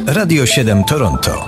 Radio 7 Toronto.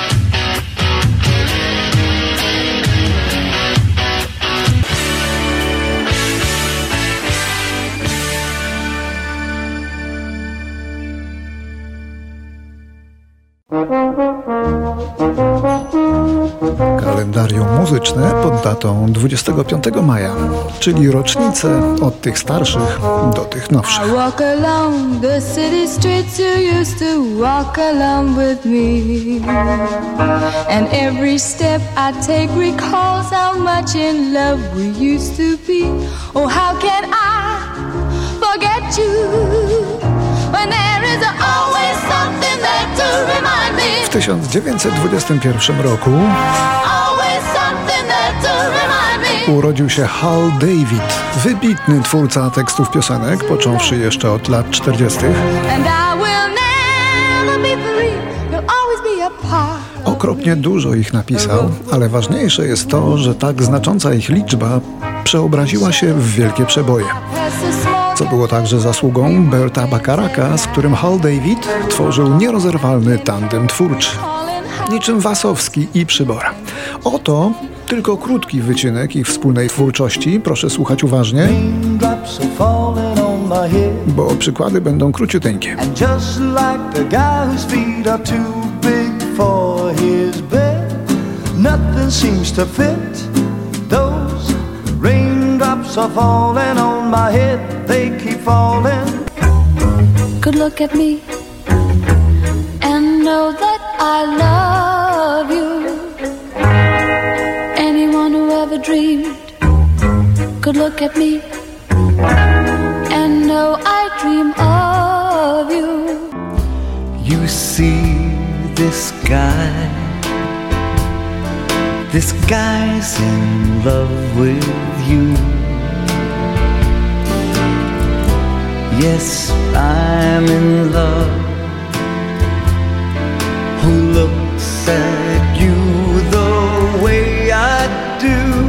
Kalendarium muzyczne pod datą 25 maja, czyli rocznice od tych starszych do tych nowszych. I walk along the city streets you used to walk along with me, and every step I take recalls how much in love we used to be. Oh, how can I forget you when there is always something there to remind me. W 1921 roku urodził się Hal David, wybitny twórca tekstów piosenek, począwszy jeszcze od lat 40. Okropnie dużo ich napisał, ale ważniejsze jest to, że tak znacząca ich liczba przeobraziła się w wielkie przeboje. Co było także zasługą Berta Bacharacka, z którym Hal David tworzył nierozerwalny tandem twórczy. Niczym Wasowski i Przybora. Oto tylko krótki wycinek ich wspólnej twórczości. Proszę słuchać uważnie, bo przykłady będą króciuteńkie. Could look at me and know that I love you. Anyone who ever dreamed could look at me and know I dream of you. You see this guy's in love with you. Yes, I'm in love. Who looks at you the way I do?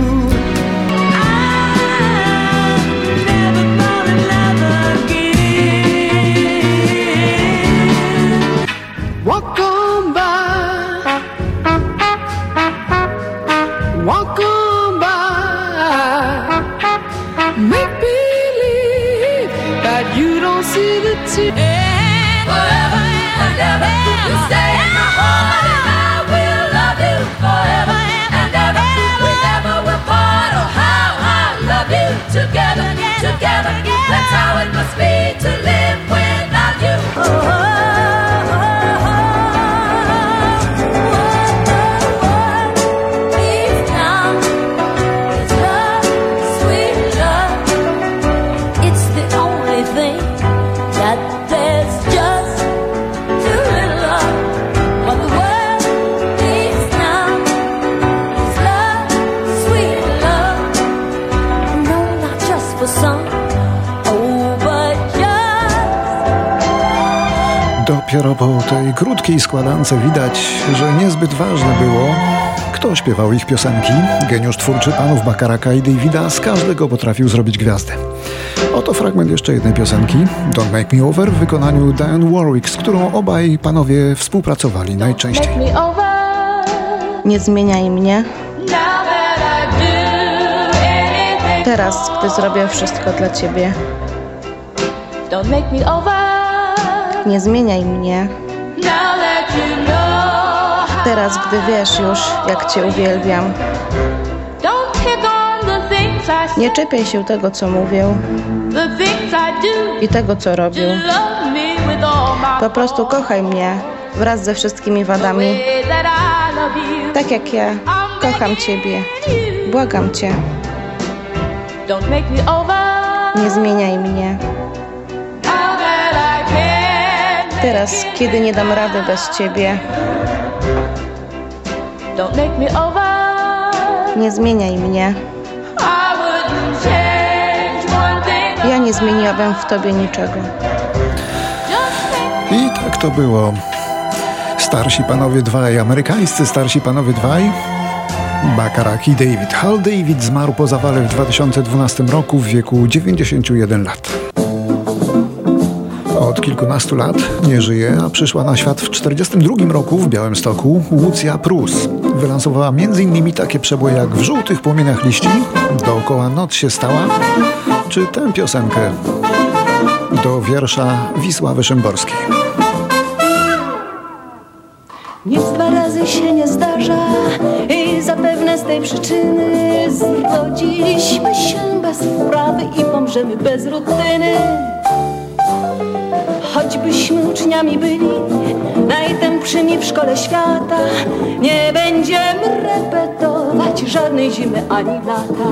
I've never fall in love again. Walk on by, walk on by. Make believe that you don't see the tears. Forever and ever, you stay in my heart, and I will love you forever and ever. We never will part. Oh, how I love you together, together. That's how it must be to live without you. Dopiero po tej krótkiej składance widać, że niezbyt ważne było, kto śpiewał ich piosenki. Geniusz twórczy panów Bacharacka i Davida z każdego potrafił zrobić gwiazdę. Oto fragment jeszcze jednej piosenki, Don't Make Me Over, w wykonaniu Dionne Warwick, z którą obaj panowie współpracowali najczęściej. Nie zmieniaj mnie. Teraz, gdy zrobię wszystko dla ciebie. Nie zmieniaj mnie. Teraz, gdy wiesz już, jak cię uwielbiam. Nie czepiaj się tego, co mówię i tego, co robię. Po prostu kochaj mnie wraz ze wszystkimi wadami. Tak jak ja kocham ciebie. Błagam cię. Nie zmieniaj mnie. Teraz, kiedy nie dam rady bez ciebie. Nie zmieniaj mnie. Ja nie zmieniłabym w tobie niczego. I tak to było. Starsi panowie dwaj, amerykańscy starsi panowie dwaj, Bacharach i David. Hal David zmarł po zawale w 2012 roku w wieku 91 lat. Od kilkunastu lat nie żyje, a przyszła na świat w 1942 roku w Białymstoku Lucja Prus. Wylansowała m.in. takie przeboje jak W żółtych płomieniach liści, Dookoła noc się stała, czy tę piosenkę do wiersza Wisławy Szymborskiej. Nic dwa razy się nie zdarza i zapewne z tej przyczyny zrodziliśmy się bez wprawy i pomrzemy bez rutyny. Choćbyśmy uczniami byli najtępszymi w szkole świata, nie będziemy repetować żadnej zimy ani lata.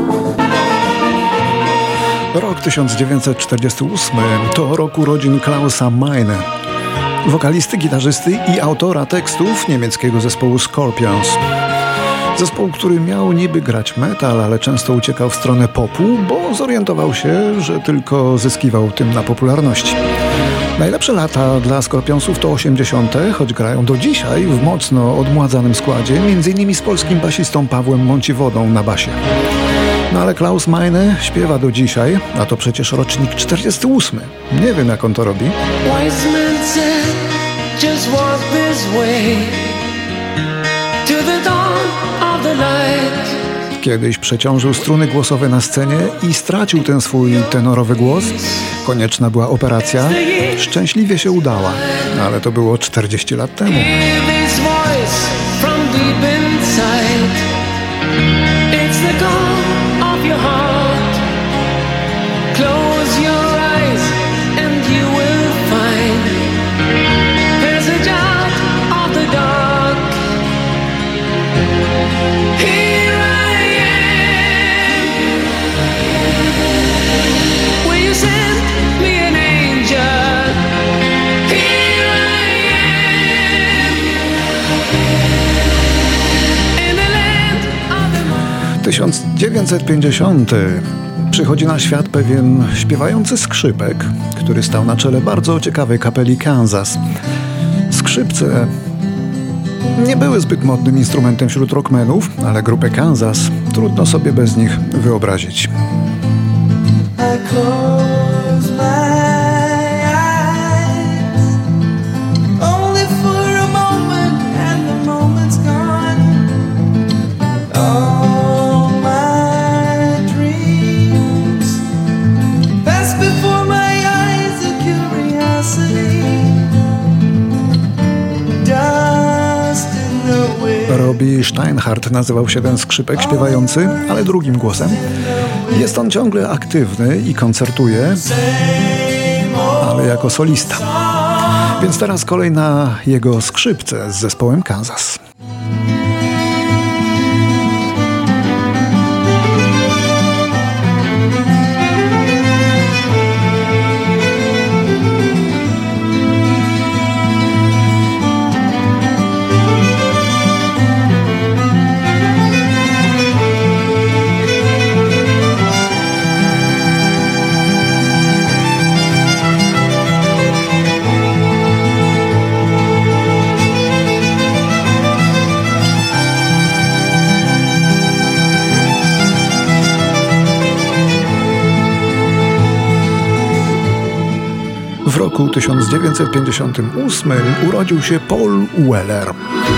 Rok 1948 to rok urodzin Klausa Meine, wokalisty, gitarzysty i autora tekstów niemieckiego zespołu Scorpions. Zespół, który miał niby grać metal, ale często uciekał w stronę popu, bo zorientował się, że tylko zyskiwał tym na popularności. Najlepsze lata dla Scorpionsów to 80., choć grają do dzisiaj w mocno odmładzanym składzie, m.in. z polskim basistą Pawłem Mąciwodą na basie. No ale Klaus Meine śpiewa do dzisiaj, a to przecież rocznik 48. Nie wiem, jak on to robi. Wise men said, just walk this way to the dawn of the light. Kiedyś przeciążył struny głosowe na scenie i stracił ten swój tenorowy głos. Konieczna była operacja. Szczęśliwie się udała, ale to było 40 lat temu. Hear this voice from deep inside. It's the call of your heart. Close your eyes and you will find passage out of the dark. Here I am. Will you send me an angel? Here I am. In the land of the moon. 1950. Przychodzi na świat pewien śpiewający skrzypek, który stał na czele bardzo ciekawej kapeli Kansas. Skrzypce nie były zbyt modnym instrumentem wśród rockmenów, ale grupę Kansas trudno sobie bez nich wyobrazić. I close my eyes only for a moment, and the moment's gone. All my dreams pass before my eyes, a curiosity. Dust in the wind. Robbie Steinhardt nazywał się ten skrzypek śpiewający, ale drugim głosem. Jest on ciągle aktywny i koncertuje, ale jako solista. Więc teraz kolej na jego skrzypce z zespołem Kansas. W roku 1958 urodził się Paul Weller.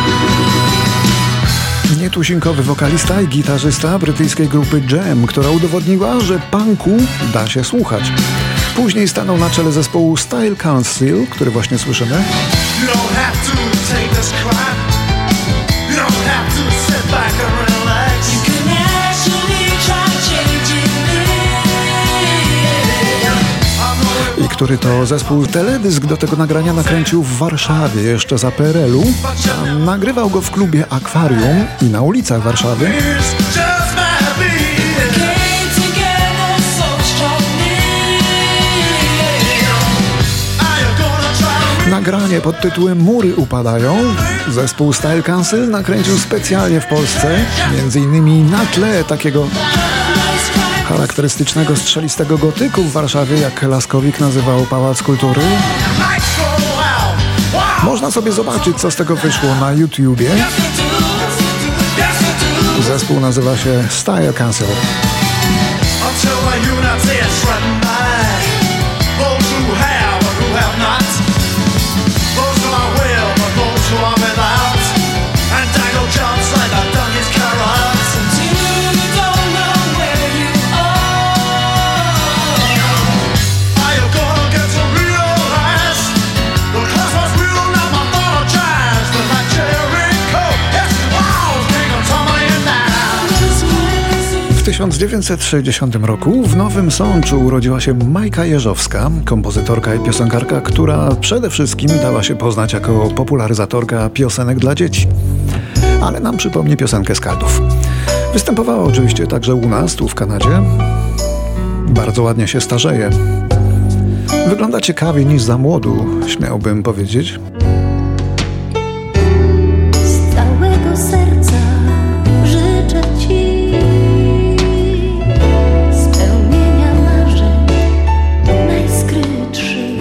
Nietuzinkowy wokalista i gitarzysta brytyjskiej grupy Jam, która udowodniła, że punku da się słuchać. Później stanął na czele zespołu Style Council, który właśnie słyszymy. You don't have to take this climb. You don't have to sit back and relax. You can actually try changing I który to zespół teledysk do tego nagrania nakręcił w Warszawie jeszcze za PRL-u. A nagrywał go w klubie Akwarium i na ulicach Warszawy. Just might be. Nagranie pod tytułem Mury upadają zespół Style Council nakręcił specjalnie w Polsce, między innymi na tle takiego charakterystycznego strzelistego gotyku w Warszawie, jak Laskowik nazywał Pałac Kultury. Można sobie zobaczyć, co z tego wyszło na YouTubie. Zespół nazywa się Style Council. Until the unity is threatened by those who have or who have not. 1960 roku w Nowym Sączu urodziła się Majka Jeżowska, kompozytorka i piosenkarka, która przede wszystkim dała się poznać jako popularyzatorka piosenek dla dzieci. Ale nam przypomni piosenkę Skaldów. Występowała oczywiście także u nas, tu w Kanadzie. Bardzo ładnie się starzeje. Wygląda ciekawiej niż za młodu, śmiałbym powiedzieć. Z całego serca życzę Ci spełnienia marzeń najskrytszych.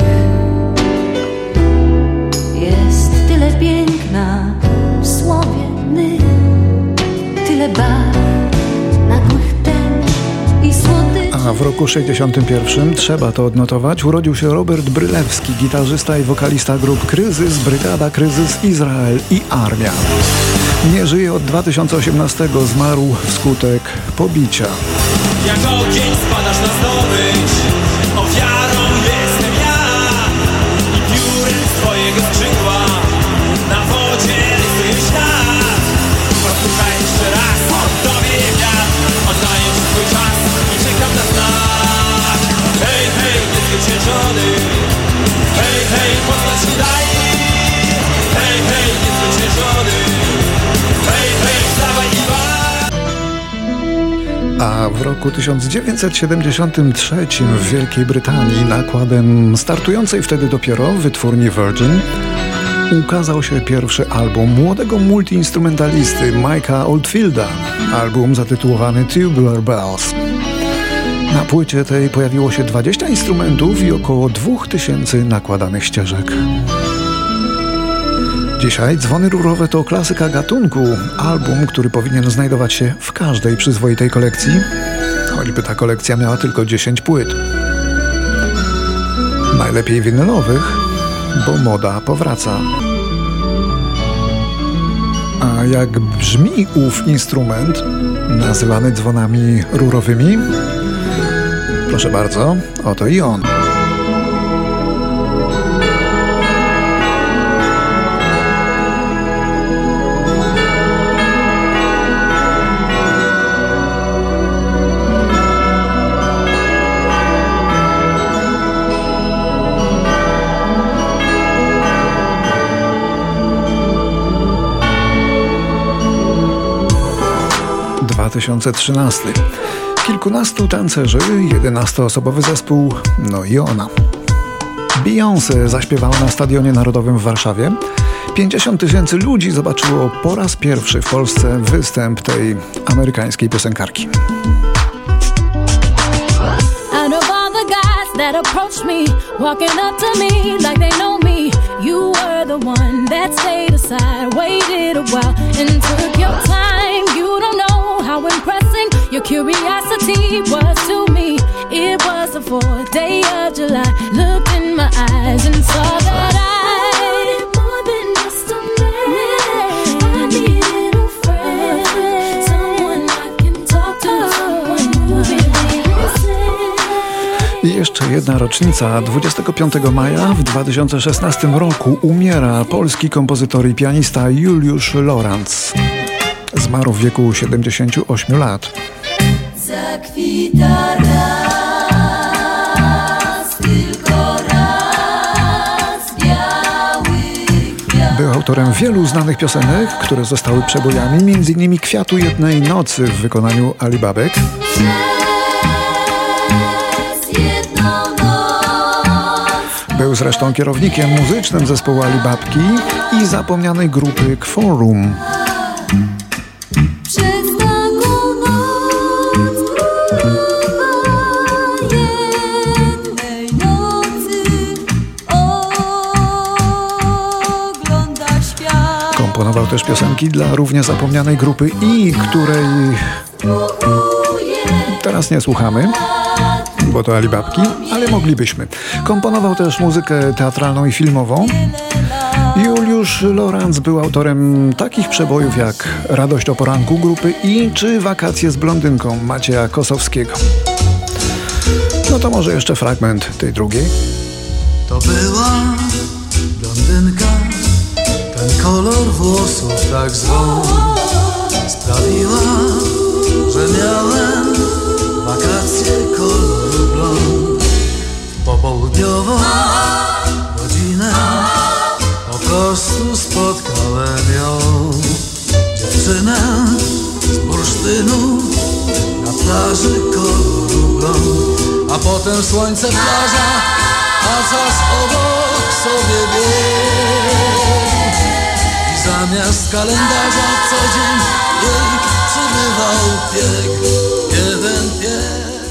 Jest tyle piękna w słowie my, tyle barw, nagłych tęcz i słodyczy. A w roku 61, trzeba to odnotować, urodził się Robert Brylewski, gitarzysta i wokalista grup Kryzys, Brygada Kryzys, Izrael i Armia. Nie żyje od 2018, zmarł wskutek pobicia. Jak ogień spadasz na zdobycz, ofiarą jestem ja i piórem z twojego skrzydła na wodzie rysuję świat. Posłuchaj jeszcze raz, oddaję wiatr, oddaję ci swój czas i czekam na znak. Hej, hej, niezwyciężony, hej, hej, poznać nie daj. Hej, hej, niezwyciężony, hej, hej, wstawaj i walcz. A w roku 1973 w Wielkiej Brytanii nakładem startującej wtedy dopiero wytwórni Virgin ukazał się pierwszy album młodego multiinstrumentalisty Mike'a Oldfielda, album zatytułowany Tubular Bells. Na płycie tej pojawiło się 20 instrumentów i około 2000 nakładanych ścieżek. Dzisiaj dzwony rurowe to klasyka gatunku, album, który powinien znajdować się w każdej przyzwoitej kolekcji, choćby ta kolekcja miała tylko 10 płyt. Najlepiej winylowych, bo moda powraca. A jak brzmi ów instrument, nazywany dzwonami rurowymi? Proszę bardzo, oto i on. Rok 2013. Kilkunastu tancerzy, 11-osobowy zespół, no i ona. Beyoncé zaśpiewała na Stadionie Narodowym w Warszawie. 50 000 ludzi zobaczyło po raz pierwszy w Polsce występ tej amerykańskiej piosenkarki. That approached me, walking up to me like they know me. You were the one that stayed aside, waited a while and took your time. You don't know how impressing your curiosity was to me. It was the 4th day of July. Looked in my eyes and saw that I wanted more than just a man. I needed a friend, someone I can talk to, someone who really listens. I jeszcze jedna rocznica. 25 maja w 2016 roku umiera polski kompozytor i pianista Juliusz Lorenz. Zmarł w wieku 78 lat. Zakwita raz, tylko raz, biały kwiat. Był autorem wielu znanych piosenek, które zostały przebojami, m.in. Kwiatu jednej nocy w wykonaniu Ali Babek. Był zresztą kierownikiem muzycznym zespołu Ali Babki i zapomnianej grupy Quorum. Przez taką noc jednej nocy ogląda świat. Komponował też piosenki dla równie zapomnianej grupy I, której teraz nie słuchamy, bo to Ali Babki, ale moglibyśmy. Komponował też muzykę teatralną i filmową. Juliusz Lorenz był autorem takich przebojów jak Radość o poranku grupy I czy Wakacje z blondynką Macieja Kosowskiego. No to może jeszcze fragment tej drugiej. To była blondynka, ten kolor włosów tak zwą sprawiła, że miałem wakacje koloru blond. W popołudniową godzinę po prostu spotkałem ją. Dziewczynę z bursztynu na plaży koloru blond. A potem słońce, plaża, a czas obok sobie biegł. I zamiast kalendarza co dzień jej przybywał bieg. Jeden pies